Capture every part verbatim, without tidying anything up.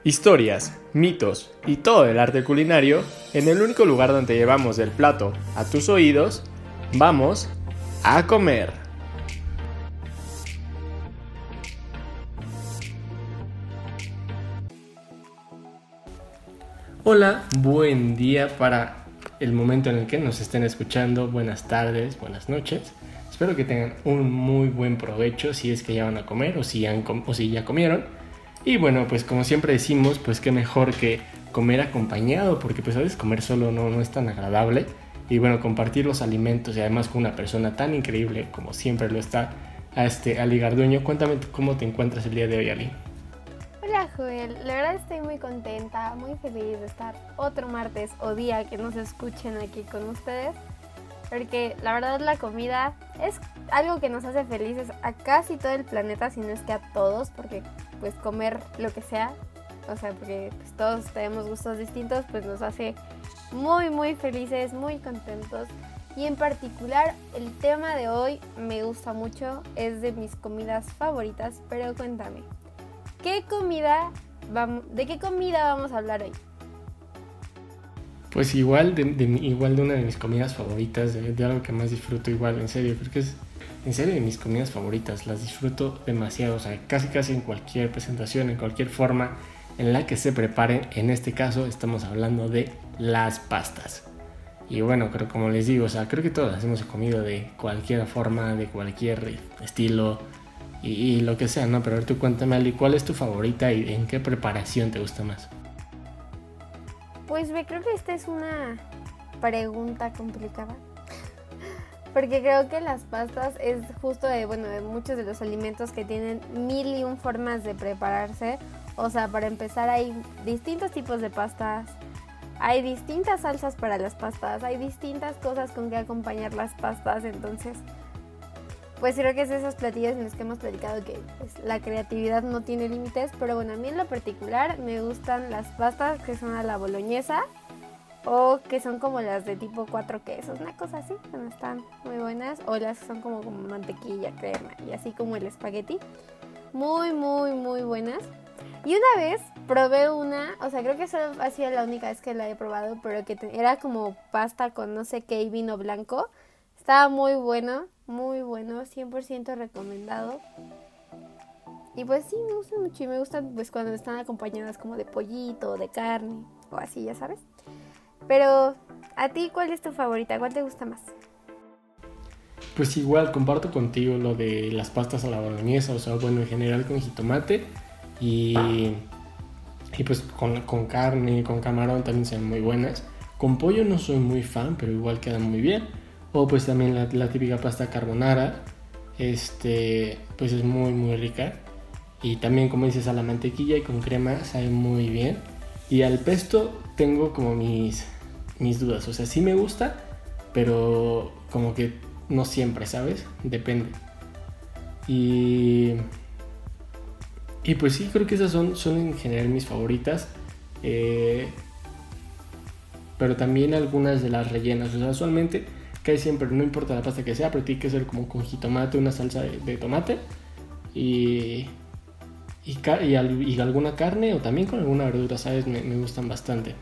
Historias, mitos y todo el arte culinario en el único lugar donde llevamos del plato a tus oídos. Vamos a comer. Hola, buen día para el momento en el que nos estén escuchando. Buenas tardes, buenas noches. Espero que tengan un muy buen provecho si es que ya van a comer o si, han com- o si ya comieron. Y bueno, pues como siempre decimos, pues qué mejor que comer acompañado, porque pues a veces comer solo no, no es tan agradable. Y bueno, compartir los alimentos y además con una persona tan increíble como siempre lo está a este Ali Garduño. Cuéntame cómo te encuentras el día de hoy, Ali. Hola Joel, la verdad estoy muy contenta, muy feliz de estar otro martes o día que nos escuchen aquí con ustedes, porque la verdad la comida es algo que nos hace felices a casi todo el planeta, si no es que a todos, porque pues comer lo que sea, o sea, porque pues, todos tenemos gustos distintos, pues nos hace muy muy felices, muy contentos. Y en particular el tema de hoy me gusta mucho, es de mis comidas favoritas, pero cuéntame, ¿qué comida vamos, ¿de qué comida vamos a hablar hoy? Pues igual de, de, igual de una de mis comidas favoritas, de, de algo que más disfruto igual, en serio, creo que es en serio de mis comidas favoritas, las disfruto demasiado, o sea, casi casi en cualquier presentación, en cualquier forma en la que se preparen. En este caso estamos hablando de las pastas. Y bueno, creo como les digo, o sea, creo que todas las hemos comido de cualquier forma, de cualquier estilo y, y lo que sea, ¿no? Pero a ver, tú cuéntame, Ali, ¿cuál es tu favorita y en qué preparación te gusta más? Pues me creo que esta es una pregunta complicada, porque creo que las pastas es justo de, bueno, de muchos de los alimentos que tienen mil y un formas de prepararse. O sea, para empezar hay distintos tipos de pastas, hay distintas salsas para las pastas, hay distintas cosas con que acompañar las pastas, entonces pues creo que es esos platillos en los que hemos platicado que pues, la creatividad no tiene límites. Pero bueno, a mí en lo particular me gustan las pastas que son a la boloñesa o que son como las de tipo cuatro quesos, una cosa así, bueno, están muy buenas, o las que son como, como mantequilla, crema y así como el espagueti, muy muy muy buenas. Y una vez probé una, o sea, creo que solo ha sido la única vez que la he probado, pero que te, era como pasta con no sé qué y vino blanco. Estaba muy bueno, muy bueno, cien por ciento recomendado. Y pues sí, me gustan mucho y me gustan pues cuando están acompañadas como de pollito, de carne o así, ya sabes. Pero, ¿a ti cuál es tu favorita? ¿Cuál te gusta más? Pues igual, comparto contigo lo de las pastas a la boloñesa, o sea, bueno, en general con jitomate y, y pues con, con carne, con camarón también son muy buenas. Con pollo no soy muy fan, pero igual quedan muy bien. O pues también la, la típica pasta carbonara, este, pues es muy muy rica. Y también, como dices, a la mantequilla y con crema sabe muy bien. Y al pesto tengo como mis, mis dudas, o sea, sí me gusta, pero como que no siempre, ¿sabes? Depende. Y, y pues sí, creo que esas son, son en general mis favoritas. Eh, pero también algunas de las rellenas, o sea, usualmente casi siempre, no importa la pasta que sea, pero tiene que ser como con jitomate, una salsa de, de tomate y, y, y, y alguna carne o también con alguna verdura, ¿sabes? Me, me gustan bastante.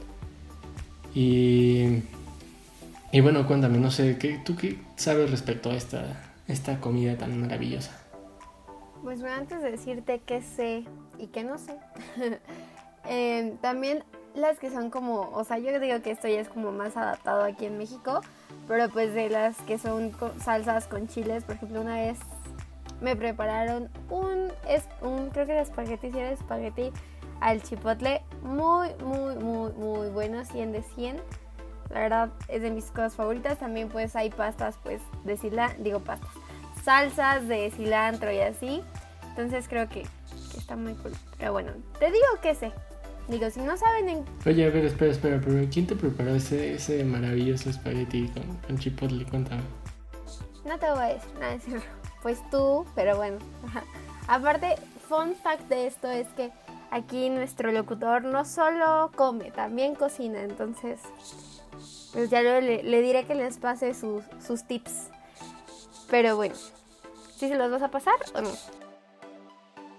Y, y bueno, cuéntame, no sé, ¿qué, ¿tú qué sabes respecto a esta, esta comida tan maravillosa? Pues bueno, antes de decirte qué sé y qué no sé, eh, también las que son como, o sea, yo digo que esto ya es como más adaptado aquí en México, pero pues de las que son con salsas con chiles, por ejemplo, una vez me prepararon un, es, un creo que era espagueti, si era espagueti al chipotle, muy, muy, muy, muy bueno, cien de cien. La verdad es de mis cosas favoritas. También pues hay pastas pues de cilantro, digo pastas, salsas de cilantro y así. Entonces creo que, que está muy cool. Pero bueno, te digo que sé. Digo, si no saben en... Oye, a ver, espera, espera, pero ¿quién te preparó ese, ese maravilloso espagueti con, con chipotle? Cuéntame. No te voy a decir nada, decir. Pues tú, pero bueno. Aparte, fun fact de esto es que aquí nuestro locutor no solo come, también cocina. Entonces, pues ya le, le diré que les pase sus, sus tips. Pero bueno, ¿sí se los vas a pasar o no?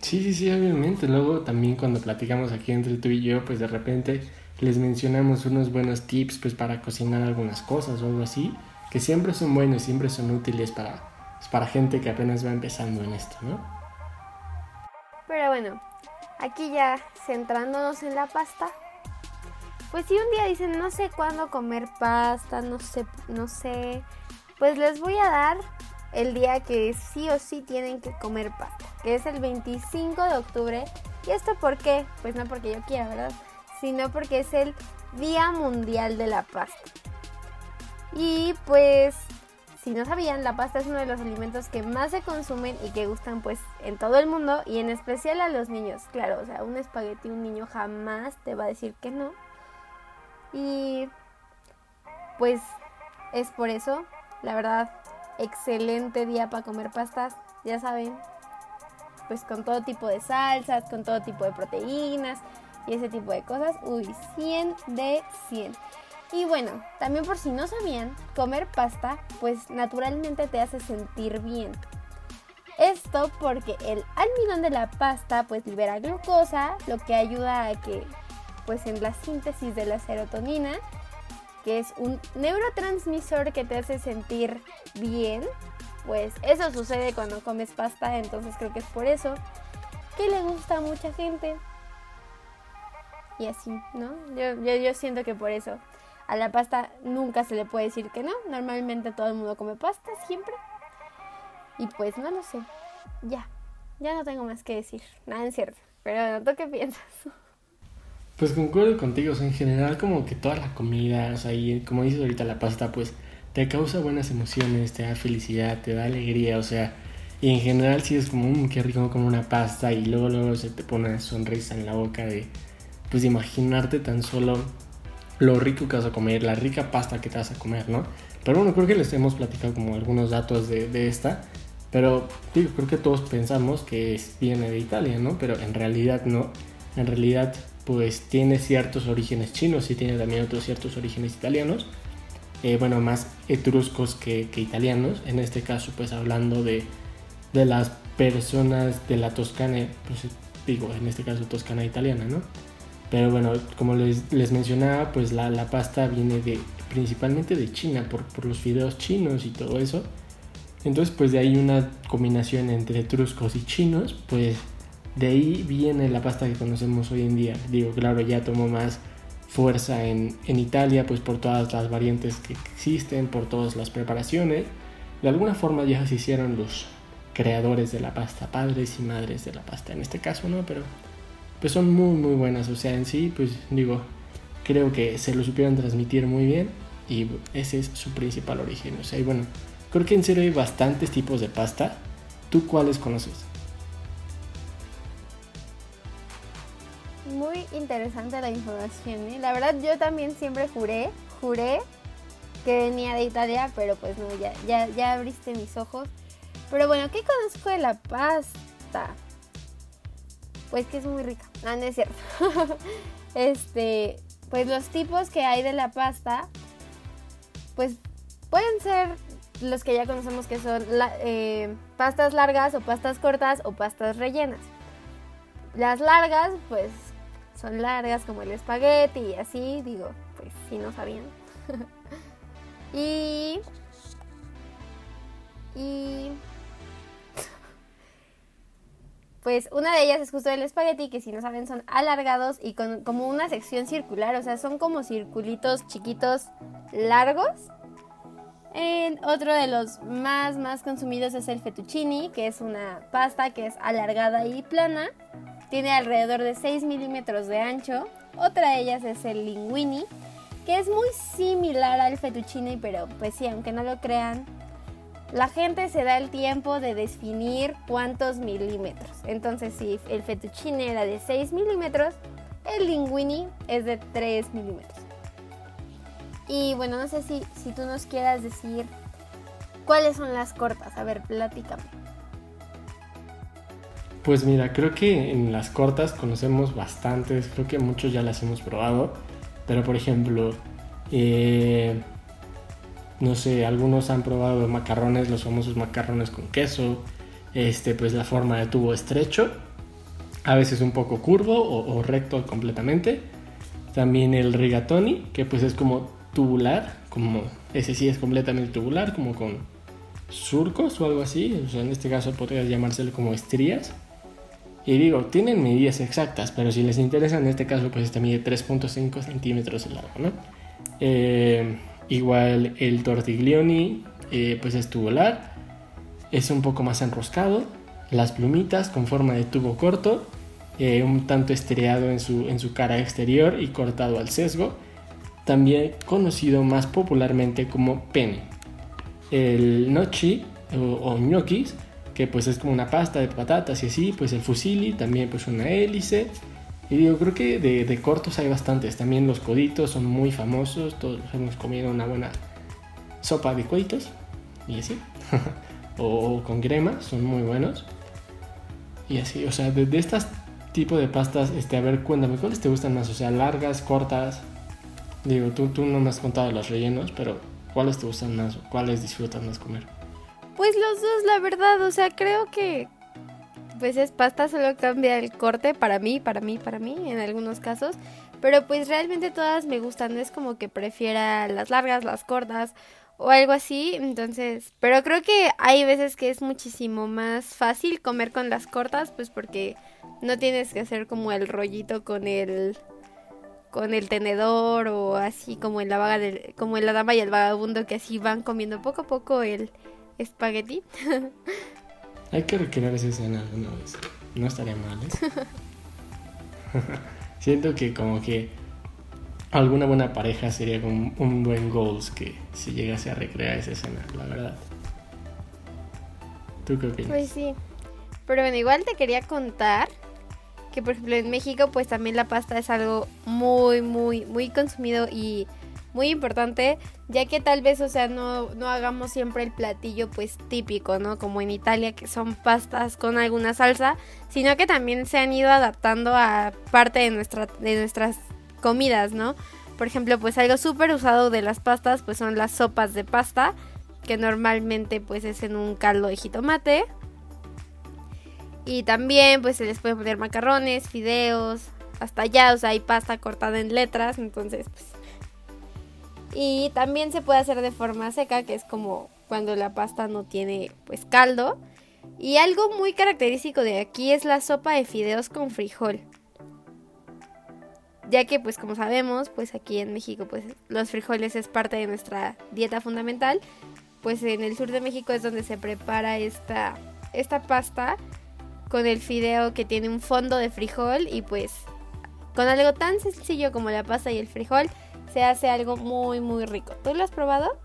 Sí, sí, sí, obviamente. Luego también cuando platicamos aquí entre tú y yo, pues de repente les mencionamos unos buenos tips pues para cocinar algunas cosas o algo así, que siempre son buenos, siempre son útiles para, pues, para gente que apenas va empezando en esto, ¿no? Pero bueno, aquí ya centrándonos en la pasta, pues si un día dicen no sé cuándo comer pasta, no sé, no sé, pues les voy a dar el día que sí o sí tienen que comer pasta, que es el veinticinco de octubre. ¿Y esto por qué? Pues no porque yo quiera, ¿verdad? Sino porque es el Día Mundial de la Pasta. Y pues, si no sabían, la pasta es uno de los alimentos que más se consumen y que gustan pues en todo el mundo y en especial a los niños. Claro, o sea, un espagueti, un niño jamás te va a decir que no. Y pues es por eso, la verdad, excelente día para comer pastas, ya saben, pues con todo tipo de salsas, con todo tipo de proteínas y ese tipo de cosas. Uy, cien de cien. Y bueno, también por si no sabían, comer pasta pues naturalmente te hace sentir bien. Esto porque el almidón de la pasta pues libera glucosa, lo que ayuda a que pues en la síntesis de la serotonina, que es un neurotransmisor que te hace sentir bien, pues eso sucede cuando comes pasta. Entonces creo que es por eso que le gusta a mucha gente. Y así, ¿no? Yo, yo, yo siento que por eso a la pasta nunca se le puede decir que no. Normalmente todo el mundo come pasta, siempre. Y pues no lo sé. Ya, ya no tengo más que decir. Nada, es cierto. Pero ¿tú qué piensas? Pues concuerdo contigo, o sea, en general como que toda la comida, o sea, y como dices ahorita la pasta, pues te causa buenas emociones, te da felicidad, te da alegría, o sea, y en general sí es como, mmm, qué rico como una pasta y luego luego se te pone una sonrisa en la boca de, pues de imaginarte tan solo lo rico que vas a comer, la rica pasta que te vas a comer, ¿no? Pero bueno, creo que les hemos platicado como algunos datos de, de esta, pero digo, creo que todos pensamos que es, viene de Italia, ¿no? Pero en realidad no, en realidad pues tiene ciertos orígenes chinos y tiene también otros ciertos orígenes italianos, eh, bueno, más etruscos que, que italianos, en este caso pues hablando de, de las personas de la Toscana, pues digo, en este caso Toscana italiana, ¿no? Pero bueno, como les, les mencionaba, pues la, la pasta viene de principalmente de China, por, por los fideos chinos y todo eso. Entonces pues de ahí una combinación entre etruscos y chinos, pues de ahí viene la pasta que conocemos hoy en día. Digo, claro, ya tomó más fuerza en, en Italia, pues por todas las variantes que existen, por todas las preparaciones. De alguna forma ya se hicieron los creadores de la pasta, padres y madres de la pasta en este caso, ¿no? Pero pues son muy muy buenas, o sea, en sí, pues digo, creo que se lo supieron transmitir muy bien y ese es su principal origen. O sea, y bueno, creo que en serio hay bastantes tipos de pasta. ¿Tú cuáles conoces? Muy interesante la información, ¿eh? La verdad yo también siempre juré, juré que venía de Italia, pero pues no, ya, ya, ya abriste mis ojos. Pero bueno, ¿qué conozco de la pasta? Pues que es muy rica. Ah, no es cierto. este, pues los tipos que hay de la pasta, pues pueden ser los que ya conocemos, que son la, eh, pastas largas o pastas cortas o pastas rellenas. Las largas, pues son largas como el espagueti y así, digo, pues si no sabían. y... Y... Pues una de ellas es justo el espagueti, que si no saben son alargados y con como una sección circular, o sea, son como circulitos chiquitos largos. El otro de los más más consumidos es el fettuccine, que es una pasta que es alargada y plana. Tiene alrededor de seis milímetros de ancho. Otra de ellas es el linguine, que es muy similar al fettuccine, pero pues sí, aunque no lo crean, la gente se da el tiempo de definir cuántos milímetros. Entonces, si el fettuccine era de seis milímetros, el linguine es de tres milímetros. Y bueno, no sé si, si tú nos quieras decir cuáles son las cortas. A ver, platícame. Pues mira, creo que en las cortas conocemos bastantes, creo que muchos ya las hemos probado, pero por ejemplo, eh, no sé, algunos han probado macarrones, los famosos macarrones con queso, este, pues la forma de tubo estrecho, a veces un poco curvo o, o recto completamente. También el rigatoni, que pues es como tubular, como ese sí es completamente tubular, como con surcos o algo así, o sea, en este caso podría llamárselo como estrías. Y digo, tienen medidas exactas, pero si les interesa, en este caso pues este mide tres punto cinco centímetros de largo, ¿no? Eh, igual el tortiglioni, eh, pues es tubular, es un poco más enroscado, las plumitas con forma de tubo corto, eh, un tanto estriado en su, en su cara exterior y cortado al sesgo, también conocido más popularmente como pene. El gnocchi o, o gnocchis, que pues es como una pasta de patatas y así, pues el fusilli, también pues una hélice. Y digo, creo que de, de cortos hay bastantes, también los coditos son muy famosos, todos hemos comido una buena sopa de coditos y así, o, o con crema, son muy buenos. Y así, o sea, de, de estas tipo de pastas, este, a ver, cuéntame, ¿cuáles te gustan más? O sea, largas, cortas. Digo, tú, tú no me has contado los rellenos, pero ¿cuáles te gustan más o cuáles disfrutas más comer? Pues los dos, la verdad, o sea, creo que pues es pasta, solo cambia el corte para mí, para mí, para mí, en algunos casos. Pero pues realmente todas me gustan, no es como que prefiera las largas, las cortas o algo así, entonces, pero creo que hay veces que es muchísimo más fácil comer con las cortas, pues porque no tienes que hacer como el rollito con el con el tenedor o así como en la vaga del, como en La Dama y el Vagabundo, que así van comiendo poco a poco el espagueti. Hay que recrear esa escena alguna vez, no estaría mal, ¿eh? Siento que como que alguna buena pareja sería como un buen goals que si llegase a recrear esa escena, la verdad. ¿Tú qué opinas? Pues sí, pero bueno, igual te quería contar que por ejemplo en México pues también la pasta es algo muy, muy, muy consumido y muy importante, ya que tal vez, o sea, no, no hagamos siempre el platillo pues típico, ¿no? Como en Italia, que son pastas con alguna salsa, sino que también se han ido adaptando a parte de, nuestra, de nuestras comidas, ¿no? Por ejemplo, pues algo súper usado de las pastas pues son las sopas de pasta, que normalmente pues es en un caldo de jitomate. Y también pues se les puede poner macarrones, fideos, hasta allá, o sea, hay pasta cortada en letras, entonces pues... Y también se puede hacer de forma seca, que es como cuando la pasta no tiene pues caldo. Y algo muy característico de aquí es la sopa de fideos con frijol. Ya que pues como sabemos, pues aquí en México pues los frijoles es parte de nuestra dieta fundamental. Pues en el sur de México es donde se prepara esta, esta pasta con el fideo que tiene un fondo de frijol. Y pues con algo tan sencillo como la pasta y el frijol se hace algo muy muy rico. ¿Tú lo has probado?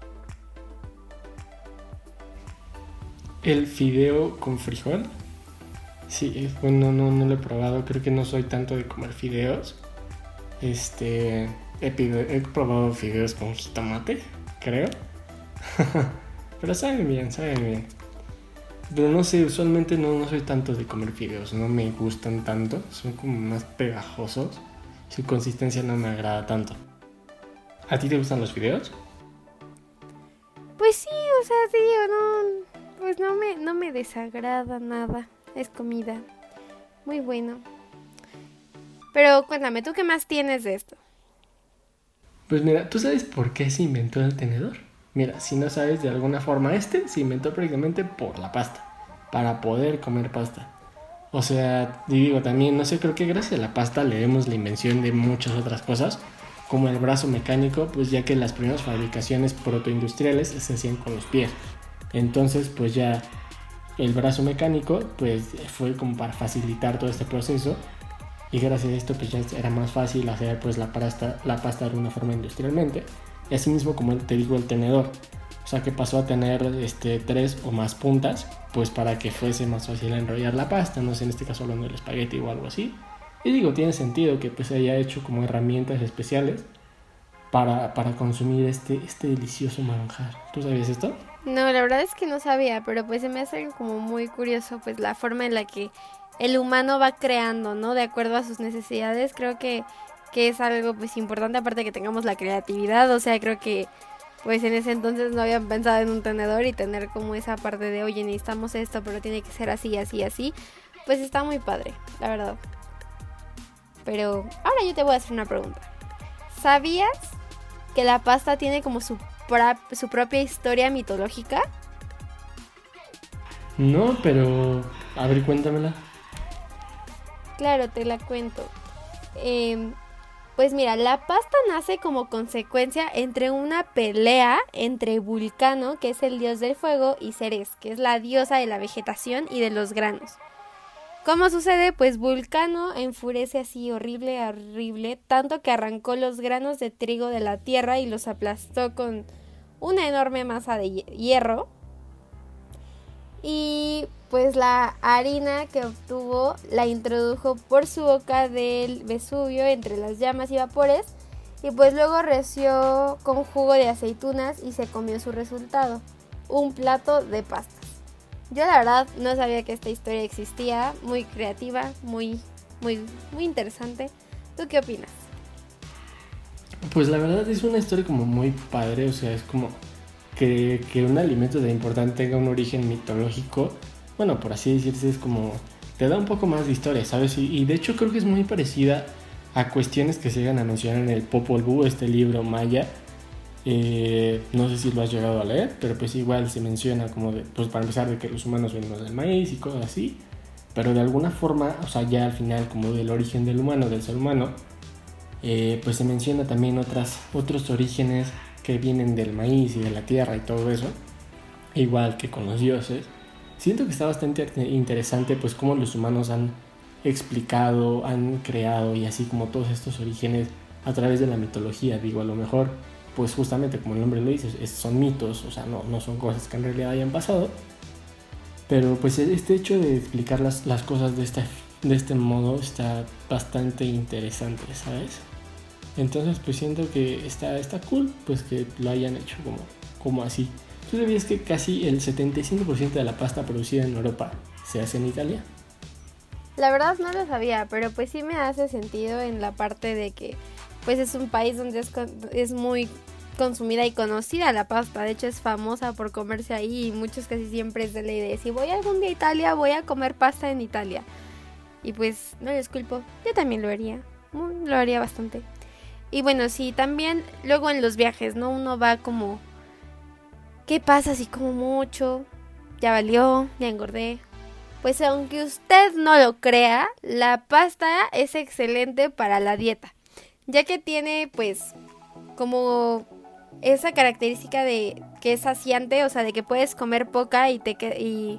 ¿El fideo con frijol? Sí, bueno, no, no lo he probado. Creo que no soy tanto de comer fideos. Este, he, pide, he probado fideos con jitomate, creo. Pero saben bien, saben bien. Pero no sé, usualmente no, no soy tanto de comer fideos. No me gustan tanto. Son como más pegajosos. Su consistencia no me agrada tanto. ¿A ti te gustan los fideos? Pues sí, o sea, te digo, no, pues no me, no me desagrada nada. Es comida muy bueno. Pero cuéntame, ¿tú qué más tienes de esto? Pues mira, ¿tú sabes por qué se inventó el tenedor? Mira, si no sabes, de alguna forma este se inventó prácticamente por la pasta, para poder comer pasta. O sea, digo también, no sé, creo que gracias a la pasta le demos la invención de muchas otras cosas, como el brazo mecánico, pues ya que las primeras fabricaciones protoindustriales se hacían con los pies. Entonces, pues ya el brazo mecánico, pues fue como para facilitar todo este proceso. Y gracias a esto, pues ya era más fácil hacer pues la pasta, la pasta de una forma industrialmente. Y así mismo, como te digo, el tenedor. O sea, que pasó a tener este, tres o más puntas, pues para que fuese más fácil enrollar la pasta. No sé, en este caso hablando del espagueti o algo así. Y digo, tiene sentido que pues se haya hecho como herramientas especiales para, para consumir este, este delicioso manjar. ¿Tú sabías esto? No, la verdad es que no sabía, pero pues se me hace como muy curioso pues la forma en la que el humano va creando, ¿no? De acuerdo a sus necesidades. Creo que, que es algo pues importante, aparte de que tengamos la creatividad. O sea, creo que pues en ese entonces no habían pensado en un tenedor y tener como esa parte de, oye, necesitamos esto, pero tiene que ser así, así, así. pues está muy padre, la verdad. Pero ahora yo te voy a hacer una pregunta. ¿Sabías que la pasta tiene como su, pra- su propia historia mitológica? No, pero a ver, cuéntamela. Claro, te la cuento. Eh, pues mira, la pasta nace como consecuencia entre una pelea entre Vulcano, que es el dios del fuego, y Ceres, que es la diosa de la vegetación y de los granos. ¿Cómo sucede? Pues Vulcano enfurece así horrible, horrible, tanto que arrancó los granos de trigo de la tierra y los aplastó con una enorme masa de hierro. Y pues la harina que obtuvo la introdujo por su boca del Vesubio entre las llamas y vapores, y pues luego reció con jugo de aceitunas y se comió su resultado, un plato de pastas. Yo la verdad no sabía que esta historia existía, muy creativa, muy, muy, muy interesante. ¿Tú qué opinas? Pues la verdad es una historia como muy padre, o sea, es como que, que un alimento de importante tenga un origen mitológico, bueno, por así decirse, es como, te da un poco más de historia, ¿sabes? Y, y de hecho creo que es muy parecida a cuestiones que se llegan a mencionar en el Popol Vuh, este libro maya. Eh, no sé si lo has llegado a leer, pero pues igual se menciona como de, pues para empezar, de que los humanos venimos del maíz y cosas así, pero de alguna forma, o sea, ya al final como del origen del humano, del ser humano, eh, pues se menciona también otras, otros orígenes que vienen del maíz y de la tierra y todo eso, igual que con los dioses. Siento que está bastante interesante pues cómo los humanos han explicado, han creado y así como todos estos orígenes a través de la mitología. Digo, a lo mejor pues justamente como el nombre lo dice, es, son mitos, o sea, no, no son cosas que en realidad hayan pasado, pero pues este hecho de explicar las, las cosas de, esta, de este modo está bastante interesante, ¿sabes? Entonces pues siento que está, está cool pues que lo hayan hecho como, como así. ¿Tú sabías que casi el setenta y cinco por ciento de la pasta producida en Europa se hace en Italia? La verdad no lo sabía, pero pues sí me hace sentido en la parte de que pues es un país donde es, es muy consumida y conocida la pasta. De hecho es famosa por comerse ahí y muchos casi siempre es de la idea de si voy algún día a Italia voy a comer pasta en Italia. Y pues no les culpo, yo también lo haría, lo haría bastante. Y bueno, sí, también luego en los viajes, ¿no? Uno va como, ¿qué pasa si como mucho? Ya valió, ya engordé. Pues aunque usted no lo crea, la pasta es excelente para la dieta, ya que tiene pues como esa característica de que es saciante, o sea, de que puedes comer poca y te que- y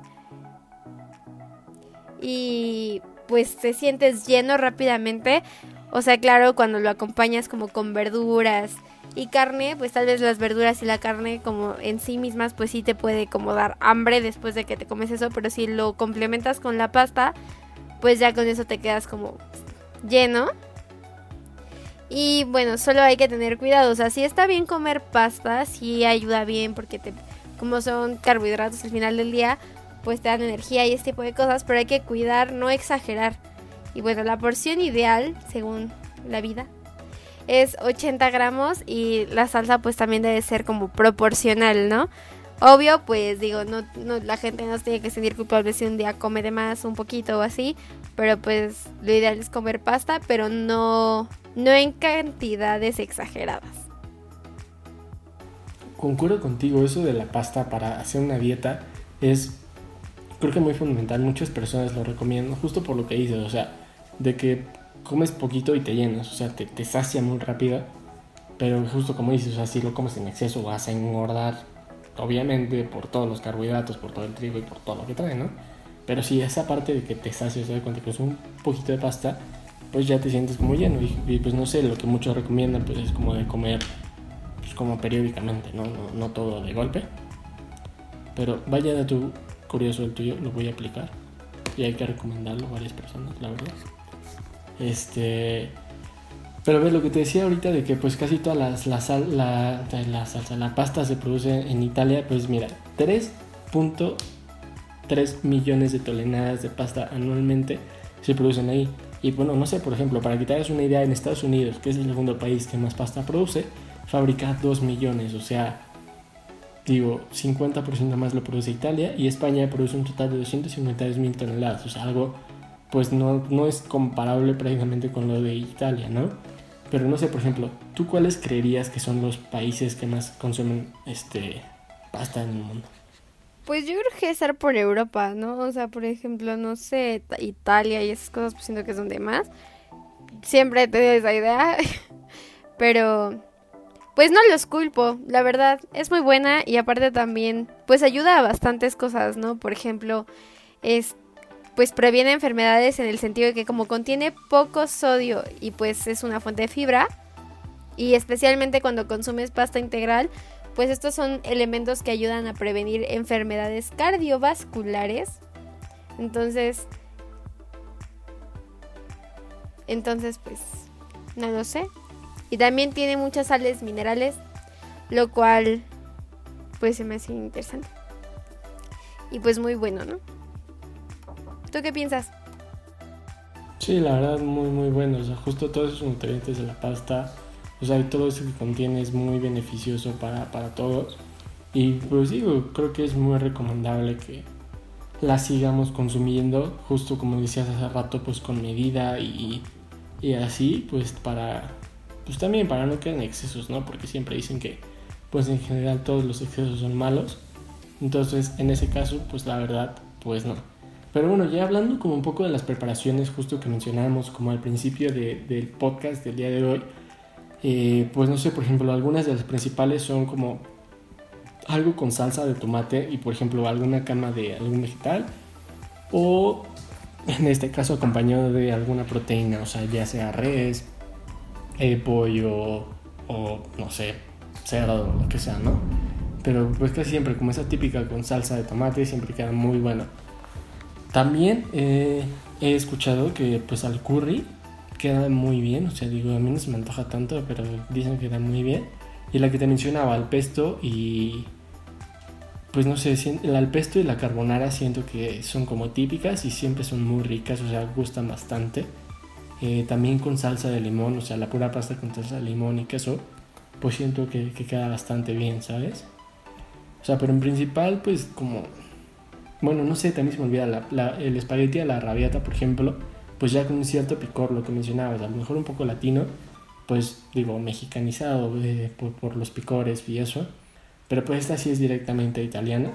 y pues te sientes lleno rápidamente. O sea, claro, cuando lo acompañas como con verduras y carne, pues tal vez las verduras y la carne como en sí mismas pues sí te puede como dar hambre después de que te comes eso, pero si lo complementas con la pasta, pues ya con eso te quedas como lleno. Y bueno, solo hay que tener cuidado, o sea, si está bien comer pasta, sí ayuda bien porque te, como son carbohidratos al final del día, pues te dan energía y este tipo de cosas, pero hay que cuidar, no exagerar. Y bueno, la porción ideal, según la vida, es ochenta gramos y la salsa pues también debe ser como proporcional, ¿no? Obvio, pues digo, no, no la gente no se tiene que sentir culpable si un día come de más, un poquito o así, pero pues lo ideal es comer pasta, pero no, no en cantidades exageradas. Concuerdo contigo, eso de la pasta para hacer una dieta es, creo que muy fundamental. Muchas personas lo recomiendan justo por lo que dices, o sea, de que comes poquito y te llenas, o sea, te, te sacia muy rápido, pero justo como dices, o sea, si lo comes en exceso vas a engordar, obviamente por todos los carbohidratos, por todo el trigo y por todo lo que trae, ¿no? Pero si esa parte de que te sacia, o sea, cuando te comes un poquito de pasta, pues ya te sientes como lleno y, y pues no sé, lo que muchos recomiendan pues es como de comer pues como periódicamente, ¿no? No, no todo de golpe, pero vaya dato curioso el tuyo, lo voy a aplicar y hay que recomendarlo a varias personas, la verdad. Este, pero ves lo que te decía ahorita de que pues casi toda las, la sal, la, la salsa, la pasta se produce en Italia. Pues mira, tres punto tres millones de toneladas de pasta anualmente se producen ahí. Y bueno, no sé, por ejemplo, para que te hagas una idea, en Estados Unidos, que es el segundo país que más pasta produce, fabrica dos millones, o sea, digo, cincuenta por ciento más lo produce Italia, y España produce un total de doscientos cincuenta y dos mil toneladas, o sea, algo pues no, no es comparable prácticamente con lo de Italia, ¿no? Pero no sé, por ejemplo, ¿tú cuáles creerías que son los países que más consumen este pasta en el mundo? Pues yo creo que es estar por Europa, ¿no? O sea, por ejemplo, no sé, Italia y esas cosas, pues siento que es donde más. Siempre he tenido esa idea, pero pues no los culpo, la verdad, es muy buena y aparte también, pues ayuda a bastantes cosas, ¿no? Por ejemplo, es, pues previene enfermedades en el sentido de que como contiene poco sodio y pues es una fuente de fibra, y especialmente cuando consumes pasta integral, pues estos son elementos que ayudan a prevenir enfermedades cardiovasculares. Entonces, entonces pues, no lo sé. Y también tiene muchas sales minerales, lo cual pues se me hace interesante. Y pues muy bueno, ¿no? ¿Tú qué piensas? Sí, la verdad muy muy bueno, o sea, justo todos esos nutrientes de la pasta, o sea, y todo eso que contiene es muy beneficioso para, para todos. Y pues digo, creo que es muy recomendable que la sigamos consumiendo, justo como decías hace rato, pues con medida y, y así, pues para, pues también para no caer en excesos, ¿no? Porque siempre dicen que, pues en general todos los excesos son malos. Entonces, en ese caso, pues la verdad, pues no. Pero bueno, ya hablando como un poco de las preparaciones, justo que mencionábamos como al principio de, del podcast del día de hoy, eh, pues no sé, por ejemplo, algunas de las principales son como algo con salsa de tomate y por ejemplo alguna cama de algún vegetal, o en este caso acompañado de alguna proteína, o sea, ya sea res, eh, pollo o no sé, cerdo o lo que sea, ¿no? Pero pues casi siempre como esa típica con salsa de tomate siempre queda muy bueno. También eh, he escuchado que pues al curry queda muy bien, o sea, digo, a mí no se me antoja tanto, pero dicen que queda muy bien. Y la que te mencionaba, al pesto y pues no sé, el al pesto y la carbonara siento que son como típicas y siempre son muy ricas, o sea, gustan bastante. Eh, también con salsa de limón, o sea, la pura pasta con salsa de limón y queso, pues siento que, que queda bastante bien, ¿sabes? O sea, pero en principal, pues como, bueno, no sé, también se me olvida la, la, el espagueti a la arrabbiata, por ejemplo, pues ya con un cierto picor, lo que mencionabas, a lo mejor un poco latino, pues digo, mexicanizado eh, por, por los picores y eso, pero pues esta sí es directamente italiana,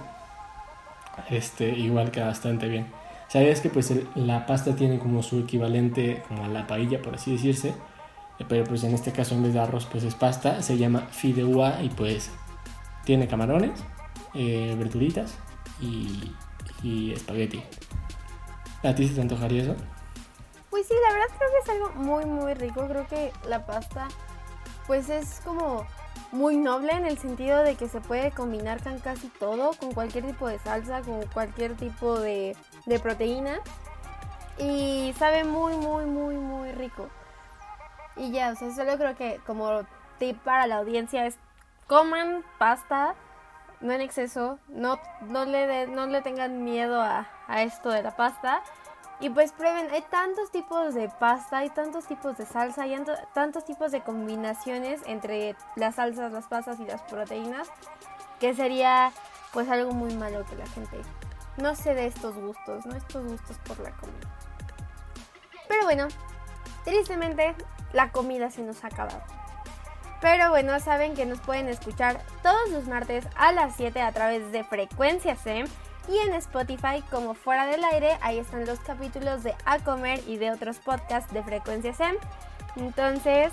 este, igual queda bastante bien. ¿Sabías que pues el, la pasta tiene como su equivalente como a la paella, por así decirse? Pero pues en este caso en vez de arroz pues es pasta, se llama fideuà y pues tiene camarones, eh, verduritas y, y espagueti. ¿A ti se te antojaría eso? Pues sí, la verdad creo que es algo muy muy rico. Creo que la pasta pues es como muy noble en el sentido de que se puede combinar con casi todo, con cualquier tipo de salsa, con cualquier tipo de, de proteína, y sabe muy muy muy muy rico. Y ya, o sea, solo creo que como tip para la audiencia es coman pasta, no en exceso, no, no, le, de, no le tengan miedo a, a esto de la pasta. Y pues prueben, hay tantos tipos de pasta, hay tantos tipos de salsa, hay tantos tipos de combinaciones entre las salsas, las pastas y las proteínas, que sería pues algo muy malo que la gente no se dé estos gustos, no estos gustos por la comida. Pero bueno, tristemente la comida se nos ha acabado. Pero bueno, saben que nos pueden escuchar todos los martes a las siete a través de Frecuencia SEM. Y en Spotify como Fuera del Aire, ahí están los capítulos de A Comer y de otros podcasts de Frecuencia SEM. Entonces,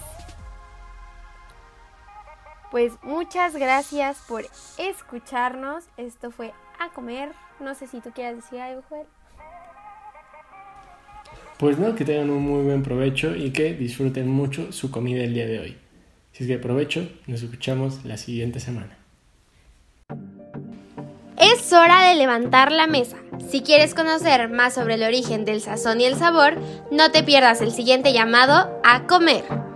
pues muchas gracias por escucharnos. Esto fue A Comer. No sé si tú quieras decir algo, Joel. Pues no, que tengan un muy buen provecho y que disfruten mucho su comida el día de hoy. Así es que provecho, nos escuchamos la siguiente semana. Es hora de levantar la mesa. Si quieres conocer más sobre el origen del sazón y el sabor, no te pierdas el siguiente llamado A Comer.